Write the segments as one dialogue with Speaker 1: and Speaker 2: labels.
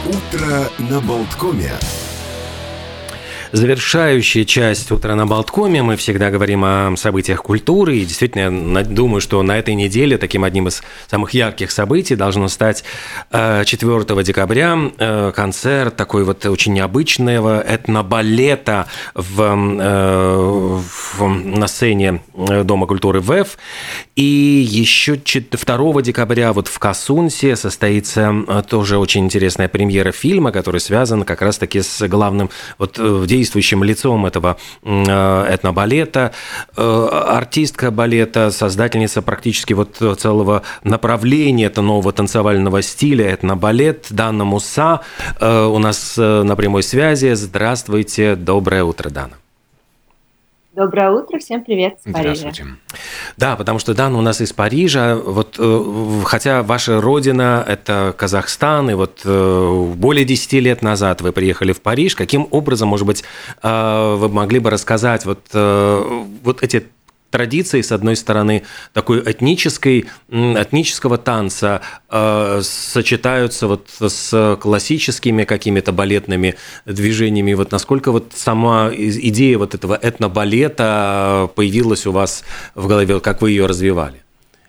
Speaker 1: Утро на Болткоме.
Speaker 2: Завершающая часть «Утра на Болткоме». Мы всегда говорим о событиях культуры. И действительно, думаю, что на этой неделе таким одним из самых ярких событий должно стать 4 декабря концерт такой вот очень необычного этнобалета на сцене Дома культуры ВЭФ. И еще 2 декабря вот в Касунсе состоится тоже очень интересная премьера фильма, который связан как раз-таки с главным действующим лицом этого этнобалета, артистка балета, создательница практически целого направления этого нового танцевального стиля этнобалет Дана Муса у нас на прямой связи. Здравствуйте, доброе утро, Дана.
Speaker 3: Доброе утро, всем привет из Парижа.
Speaker 2: Здравствуйте. Да, потому что Дана у нас из Парижа, хотя ваша родина – это Казахстан, и более 10 лет назад вы приехали в Париж. Каким образом, может быть, вы могли бы рассказать эти традиции, с одной стороны, такой этнического танца сочетаются с классическими какими-то балетными движениями. Насколько сама идея этого этнобалета появилась у вас в голове, как вы ее развивали?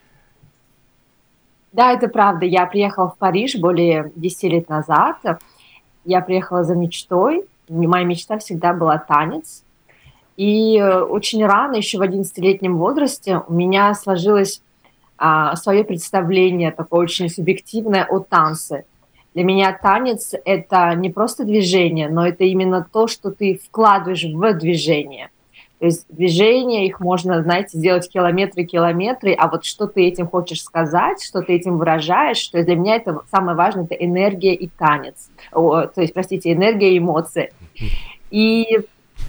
Speaker 3: Да, это правда. Я приехала в Париж более 10 лет назад. Я приехала за мечтой. Моя мечта всегда была танец. И очень рано, еще в 11-летнем возрасте, у меня сложилось свое представление, такое очень субъективное, о танце. Для меня танец – это не просто движение, но это именно то, что ты вкладываешь в движение. То есть движения, их можно, сделать километры, а что ты этим хочешь сказать, что ты этим выражаешь, что для меня это самое важное – это энергия и танец. Энергия и эмоции. И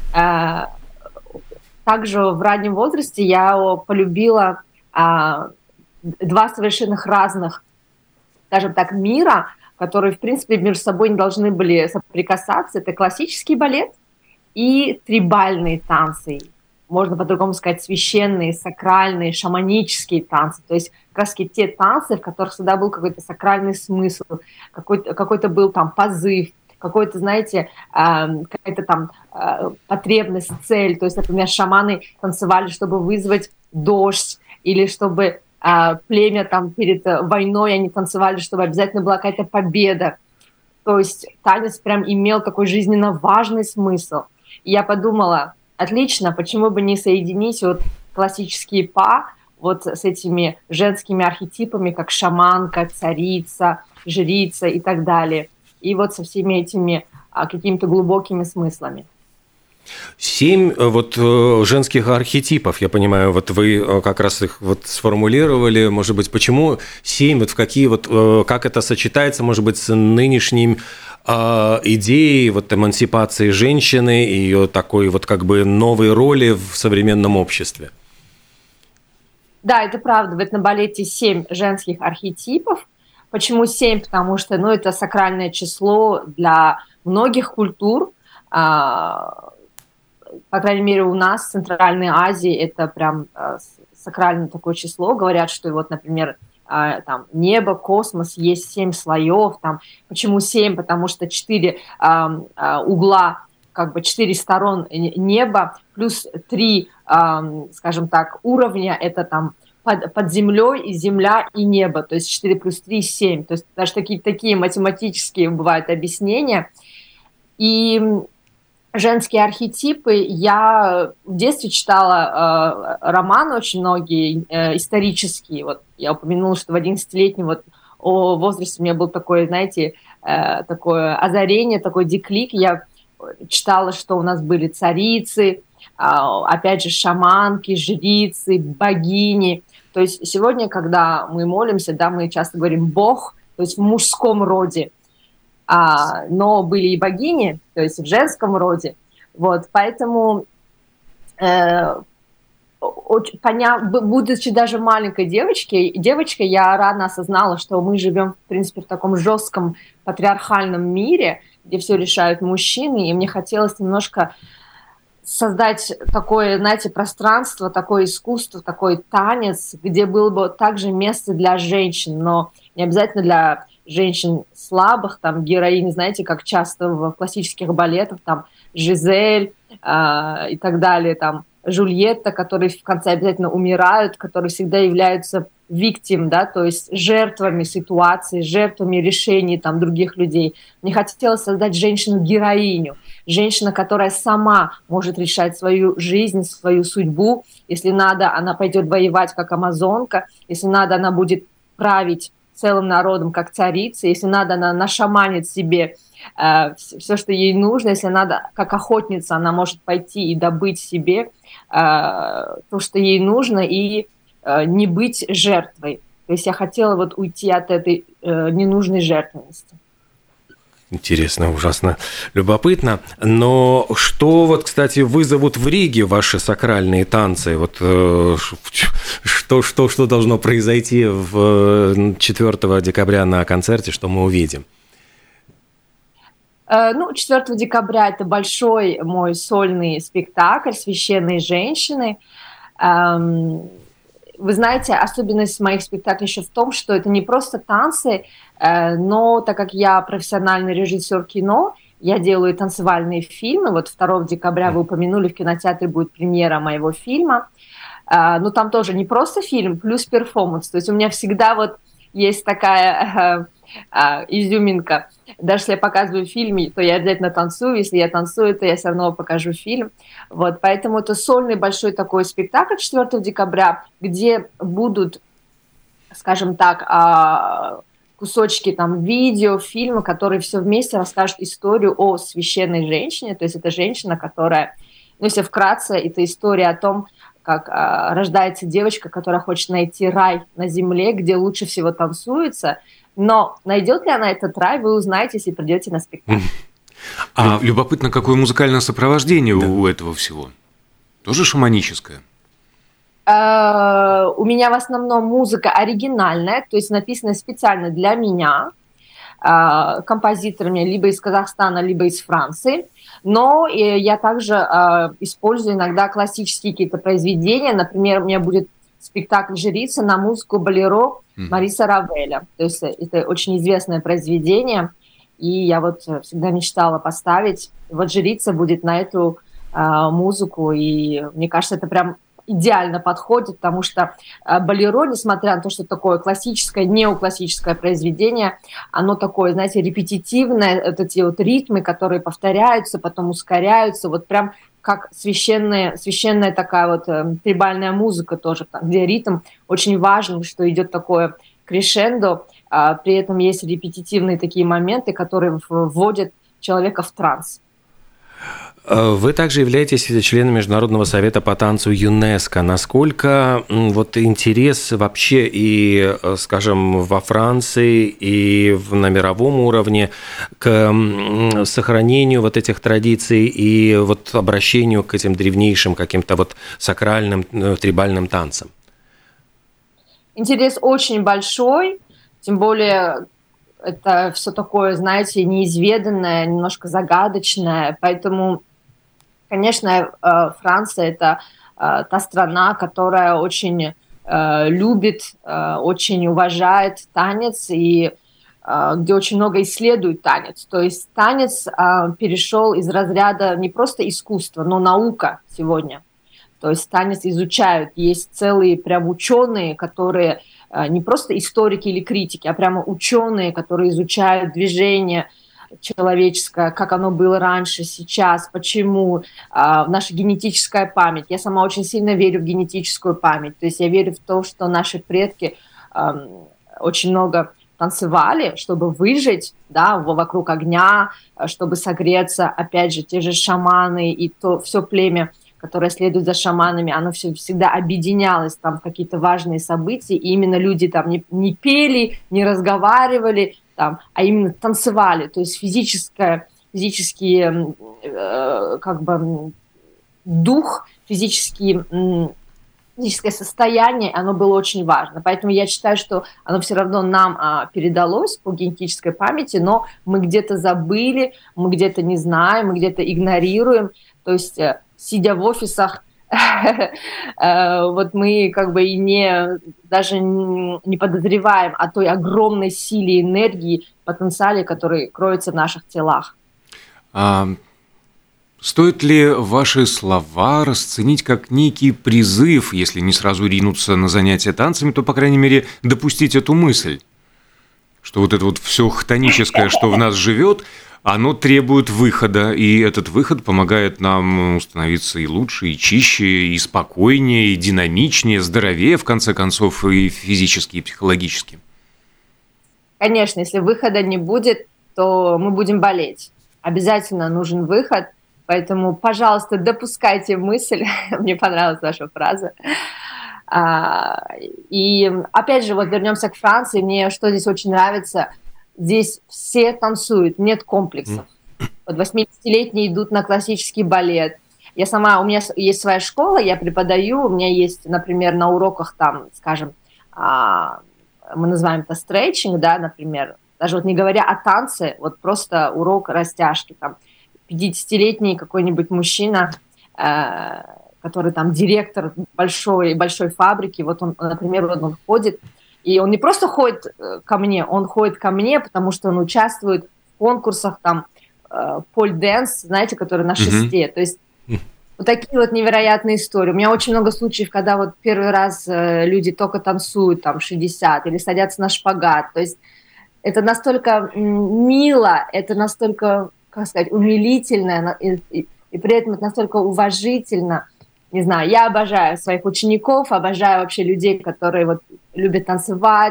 Speaker 3: также в раннем возрасте я полюбила два совершенно разных, скажем так, мира, которые, в принципе, между собой не должны были соприкасаться. Это классический балет и трибальные танцы. Можно по-другому сказать, священные, сакральные, шаманические танцы. То есть как раз те танцы, в которых всегда был какой-то сакральный смысл, какой-то был там позыв, какой-то, какая-то там потребность, цель. То есть, например, шаманы танцевали, чтобы вызвать дождь, или чтобы племя там перед войной они танцевали, чтобы обязательно была какая-то победа. То есть танец прям имел такой жизненно важный смысл. И я подумала, отлично, почему бы не соединить классические па с этими женскими архетипами, как шаманка, царица, жрица и так далее. И со всеми этими какими-то глубокими смыслами.
Speaker 2: 7 женских архетипов, я понимаю, вы как раз их сформулировали. Может быть, почему 7, как это сочетается, может быть, с нынешней идеей эмансипации женщины и ее такой новой роли в современном обществе?
Speaker 3: Да, это правда. В этнобалете 7 женских архетипов. Почему 7? Потому что это сакральное число для многих культур. По крайней мере, у нас в Центральной Азии это прям сакральное такое число. Говорят, что например, там небо, космос, есть 7 слоев. Почему 7? Потому что 4 угла, 4 сторон неба, плюс 3, скажем так, уровня, это под землей, и земля, и небо, то есть 4 плюс 3 – 7. То есть даже такие математические бывают объяснения. И женские архетипы, я в детстве читала романы очень многие, исторические. Я упомянула, что в 11-летнем возрасте у меня был такое, такое озарение, такой деклик. Я читала, что у нас были царицы, опять же, шаманки, жрицы, богини. То есть сегодня, когда мы молимся, мы часто говорим «бог», то есть в мужском роде, но были и богини, то есть в женском роде. Поэтому, будучи даже маленькой девочкой, я рано осознала, что мы живем, в принципе, в таком жестком патриархальном мире, где все решают мужчины, и мне хотелось немножко создать такое, пространство, такое искусство, такой танец, где было бы также место для женщин, но не обязательно для женщин слабых, там, героинь, знаете, как часто в классических балетах, там, Жизель и так далее, там, Жульетта, которые в конце обязательно умирают, которые всегда являются victim, да, то есть жертвами ситуации, жертвами решений там, других людей. Мне хотелось создать женщину-героиню, женщина, которая сама может решать свою жизнь, свою судьбу. Если надо, она пойдет воевать как амазонка, если надо, она будет править целым народом как царица, если надо, она нашаманит себе все, что ей нужно, если надо, как охотница, она может пойти и добыть себе то, что ей нужно, и не быть жертвой. То есть я хотела вот уйти от этой ненужной жертвенности.
Speaker 2: Интересно, ужасно любопытно. Но что вот, кстати, вызовут в Риге ваши сакральные танцы? Вот что должно произойти 4 декабря на концерте, что мы увидим?
Speaker 3: 4 декабря это большой мой сольный спектакль «Священные женщины». Вы знаете, особенность моих спектаклей еще в том, что это не просто танцы, но так как я профессиональный режиссер кино, я делаю танцевальные фильмы. Вот 2 декабря вы упомянули, в кинотеатре будет премьера моего фильма. Но там тоже не просто фильм, плюс перформанс. То есть у меня всегда вот есть такая изюминка. Даже если я показываю фильм, то я обязательно танцую. Если я танцую, то я все равно покажу фильм. Вот, поэтому это сольный большой такой спектакль 4 декабря, где будут, скажем так, кусочки там видео, фильмы, которые все вместе расскажут историю о священной женщине. То есть это женщина, которая, если вкратце, это история о том, как рождается девочка, которая хочет найти рай на земле, где лучше всего танцуется. Но найдет ли она этот рай, вы узнаете, если придете на спектакль.
Speaker 4: Любопытно, какое музыкальное сопровождение у этого всего? Тоже шаманическое?
Speaker 3: У меня в основном музыка оригинальная, то есть написана специально для меня, композиторами либо из Казахстана, либо из Франции. Но я также использую иногда классические какие-то произведения. Например, у меня будет спектакль «Жрица» на музыку болеро Мариса Равеля. То есть это очень известное произведение, и я вот всегда мечтала поставить. Вот «Жрица» будет на эту музыку, и мне кажется, это прям идеально подходит, потому что болеро, несмотря на то, что такое классическое, неоклассическое произведение, оно такое, знаете, репетитивное, вот эти вот ритмы, которые повторяются, потом ускоряются, вот прям как священная такая вот трибальная музыка тоже, где ритм очень важен, что идет такое крешендо, при этом есть репетитивные такие моменты, которые вводят человека в транс.
Speaker 2: Вы также являетесь членом Международного совета по танцу ЮНЕСКО. Насколько вот интерес вообще и, скажем, во Франции, и на мировом уровне к сохранению вот этих традиций и вот обращению к этим древнейшим каким-то вот сакральным трибальным танцам?
Speaker 3: Интерес очень большой, тем более это все такое, знаете, неизведанное, немножко загадочное, поэтому, конечно, Франция – это та страна, которая очень любит, очень уважает танец и где очень много исследует танец. То есть танец перешел из разряда не просто искусства, но наука сегодня. То есть танец изучают. Есть целые прям ученые, которые не просто историки или критики, а прямо ученые, которые изучают движение человеческое, как оно было раньше, сейчас, почему, наша генетическая память. Я сама очень сильно верю в генетическую память. То есть я верю в то, что наши предки очень много танцевали, чтобы выжить, да, вокруг огня, чтобы согреться. Опять же, те же шаманы и то все племя, которое следует за шаманами, оно всегда объединялось там в какие-то важные события, и именно люди там не пели, не разговаривали, там, а именно танцевали. То есть физический как бы дух, физическое состояние, оно было очень важно. Поэтому я считаю, что оно все равно нам передалось по генетической памяти, но мы где-то забыли, мы где-то не знаем, мы где-то игнорируем. То есть, сидя в офисах, Вот мы как бы даже не подозреваем о той огромной силе, энергии, потенциале, который кроется в наших телах.
Speaker 4: Стоит ли ваши слова расценить как некий призыв, если не сразу ринуться на занятия танцами, то, по крайней мере, допустить эту мысль, что вот это вот все хтоническое, что в нас живет, оно требует выхода, и этот выход помогает нам становиться и лучше, и чище, и спокойнее, и динамичнее, здоровее, в конце концов, и физически, и психологически?
Speaker 3: Конечно, если выхода не будет, то мы будем болеть. Обязательно нужен выход. Поэтому, пожалуйста, допускайте мысль. Мне понравилась ваша фраза. И опять же, вот вернемся к Франции. Мне что здесь очень нравится. Здесь все танцуют, нет комплексов. Вот 80-летние идут на классический балет. У меня есть своя школа, я преподаю. У меня есть, например, на уроках там, скажем, мы называем это стретчинг, да, например. Даже вот не говоря о танце, вот просто урок растяжки там. 50-летний какой-нибудь мужчина, который там директор большой фабрики, вот он, например, он ходит, и он не просто ходит ко мне, он ходит ко мне, потому что он участвует в конкурсах там поль-дэнс, знаете, которые на шесте, то есть вот такие вот невероятные истории. У меня очень много случаев, когда вот первый раз люди только танцуют там 60 или садятся на шпагат, то есть это настолько мило, это настолько, как сказать, умилительно, и при этом это настолько уважительно. Не знаю, я обожаю своих учеников, обожаю вообще людей, которые вот любят танцевать,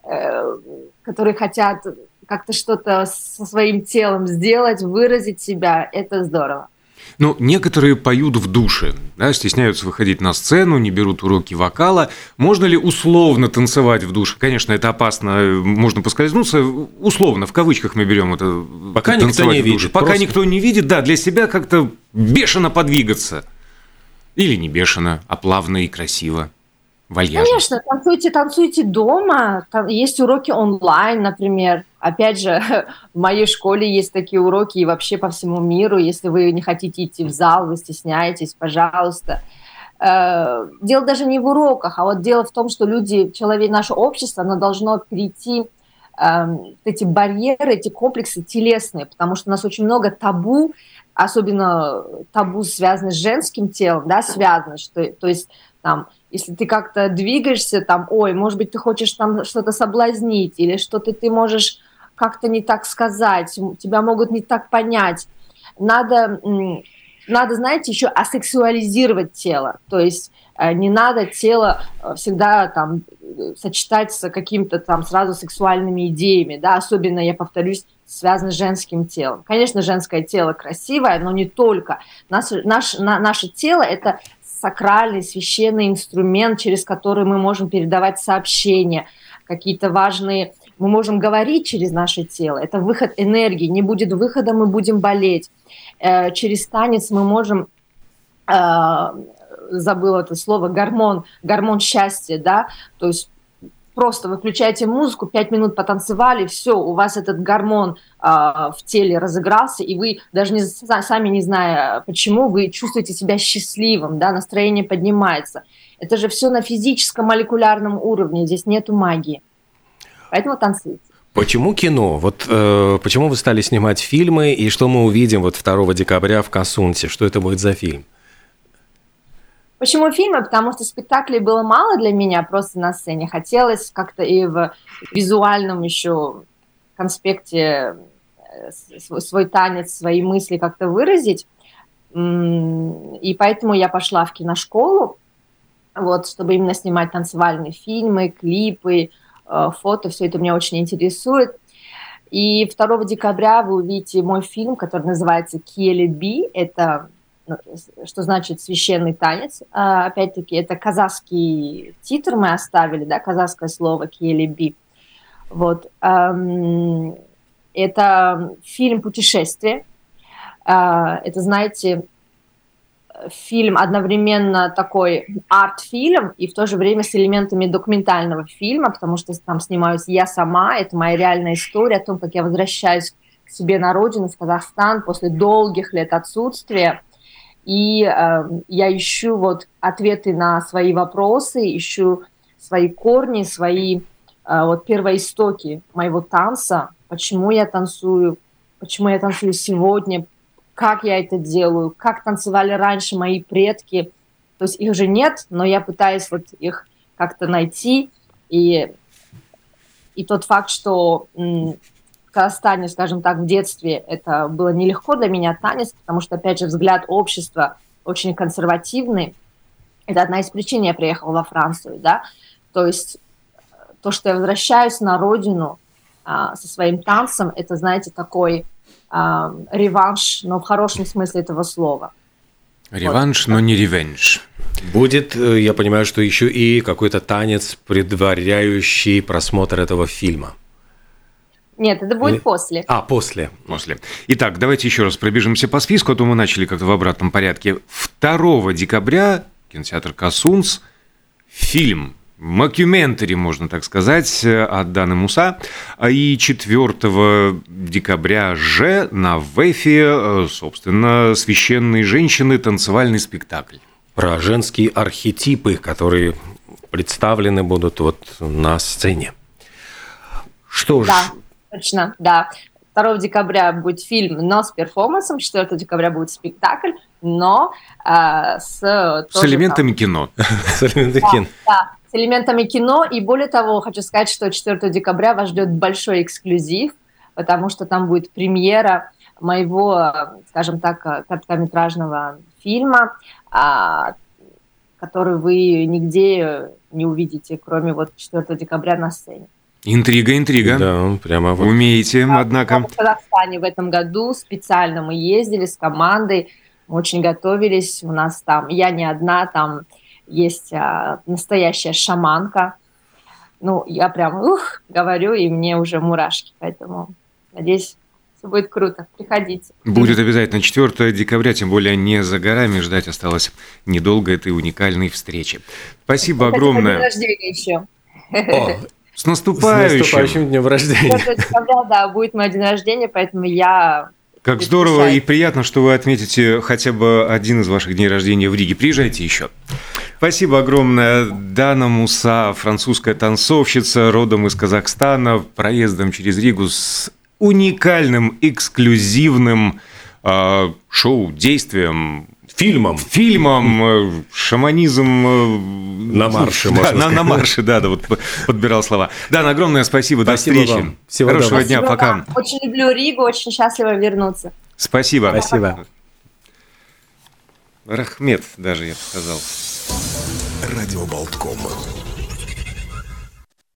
Speaker 3: которые хотят как-то что-то со своим телом сделать, выразить себя. Это здорово.
Speaker 4: Ну, некоторые поют в душе, да, стесняются выходить на сцену, не берут уроки вокала. Можно ли условно танцевать в душе? Конечно, это опасно, можно поскользнуться. Условно, в кавычках мы берем это.
Speaker 2: Пока никто не видит.
Speaker 4: Пока никто не видит, да, для себя как-то бешено подвигаться. Или не бешено, а плавно и красиво. Вальяжно.
Speaker 3: Конечно, танцуйте дома. Там есть уроки онлайн, например. Опять же, в моей школе есть такие уроки и вообще по всему миру. Если вы не хотите идти в зал, вы стесняетесь, пожалуйста. Дело даже не в уроках, а вот дело в том, что наше общество, оно должно перейти эти барьеры, эти комплексы телесные, потому что у нас очень много табу, особенно табу, связанных с женским телом, да, то есть там, если ты как-то двигаешься, там, может быть, ты хочешь там что-то соблазнить, или что-то ты можешь как-то не так сказать, тебя могут не так понять. Надо, знаете, еще асексуализировать тело, то есть не надо тело всегда там сочетать с какими-то там сразу сексуальными идеями, да, особенно, я повторюсь, связано с женским телом. Конечно, женское тело красивое, но не только. Наше тело – это сакральный, священный инструмент, через который мы можем передавать сообщения, какие-то важные... Мы можем говорить через наше тело. Это выход энергии. Не будет выхода, мы будем болеть. Через танец мы можем... Забыла это слово, гормон счастья, да, то есть просто вы включаете музыку, 5 минут потанцевали, все, у вас этот гормон в теле разыгрался, и вы даже сами не зная почему, вы чувствуете себя счастливым, да, настроение поднимается. Это же все на физическом молекулярном уровне, здесь нету магии. Поэтому танцуйте.
Speaker 2: Почему кино? Вот почему вы стали снимать фильмы, и что мы увидим вот 2 декабря в Касунте? Что это будет за фильм?
Speaker 3: Почему фильмы? Потому что спектаклей было мало для меня просто на сцене. Хотелось как-то и в визуальном еще конспекте свой танец, свои мысли как-то выразить. И поэтому я пошла в киношколу, вот, чтобы именно снимать танцевальные фильмы, клипы, фото. Все это меня очень интересует. И 2 декабря вы увидите мой фильм, который называется «Киелеби». Это... что значит священный танец. Опять-таки, это казахский титр мы оставили, да, казахское слово «киелеби». Вот. Это фильм «Путешествие». Это, знаете, фильм одновременно такой арт-фильм и в то же время с элементами документального фильма, потому что там снимаюсь я сама, это моя реальная история о том, как я возвращаюсь к себе на родину, в Казахстан, после долгих лет отсутствия. И я ищу вот ответы на свои вопросы, ищу свои корни, свои вот первоистоки моего танца, почему я танцую сегодня, как я это делаю, как танцевали раньше мои предки. То есть их же нет, но я пытаюсь вот их как-то найти. И тот факт, что в Казахстане, скажем так, в детстве это было нелегко для меня танец, потому что, опять же, взгляд общества очень консервативный. Это одна из причин, я приехала во Францию, да. То есть то, что я возвращаюсь на родину со своим танцем, это, знаете, такой реванш, но в хорошем смысле этого слова.
Speaker 4: Реванш, вот. Но не ревенж.
Speaker 2: Будет, я понимаю, что еще и какой-то танец, предваряющий просмотр этого фильма.
Speaker 3: Нет, это будет после.
Speaker 2: После.
Speaker 4: Итак, давайте еще раз пробежимся по списку, а то мы начали как-то в обратном порядке. 2 декабря кинотеатр «Косунц», фильм «Мокюментари», можно так сказать, от Даны Муса. И 4 декабря же на ВЭФе, собственно, «Священные женщины», танцевальный спектакль.
Speaker 2: Про женские архетипы, которые представлены будут вот на сцене. Что ж...
Speaker 3: Да, точно, да. 2 декабря будет фильм, но с перформансом, 4 декабря будет спектакль, но с
Speaker 4: элементами кино.
Speaker 2: С элементами кино.
Speaker 3: Да. С элементами кино, и более того, хочу сказать, что 4 декабря вас ждет большой эксклюзив, потому что там будет премьера моего, скажем так, короткометражного фильма, который вы нигде не увидите, кроме вот 4 декабря на сцене.
Speaker 4: Интрига.
Speaker 2: Да, прямо вот.
Speaker 4: Умеете, однако.
Speaker 3: В Казахстане в этом году специально мы ездили с командой, мы очень готовились, у нас там, я не одна, там есть настоящая шаманка. Ну, я прям говорю, и мне уже мурашки, поэтому надеюсь, все будет круто. Приходите.
Speaker 4: Будет обязательно 4 декабря, тем более не за горами, ждать осталось недолго этой уникальной встречи. Спасибо огромное.
Speaker 3: День рождения еще.
Speaker 4: С наступающим!
Speaker 2: С наступающим днем рождения.
Speaker 3: 4 декабря, да, будет мой день рождения, поэтому я...
Speaker 4: Как здорово и приятно, что вы отметите хотя бы один из ваших дней рождения в Риге. Приезжайте еще. Спасибо огромное. Дана Муса, французская танцовщица, родом из Казахстана, проездом через Ригу с уникальным, эксклюзивным шоу, действием, фильмом, шаманизм
Speaker 2: на марше, можно сказать.
Speaker 4: На марше, да, вот подбирал слова. Дана, огромное спасибо, до встречи.
Speaker 2: Вам. Всего
Speaker 4: хорошего дня, пока.
Speaker 3: Вам. Очень люблю Ригу, очень счастлива вернуться.
Speaker 4: Спасибо.
Speaker 2: Спасибо.
Speaker 4: Рахмет даже, я бы сказал.
Speaker 1: Радио Болтком.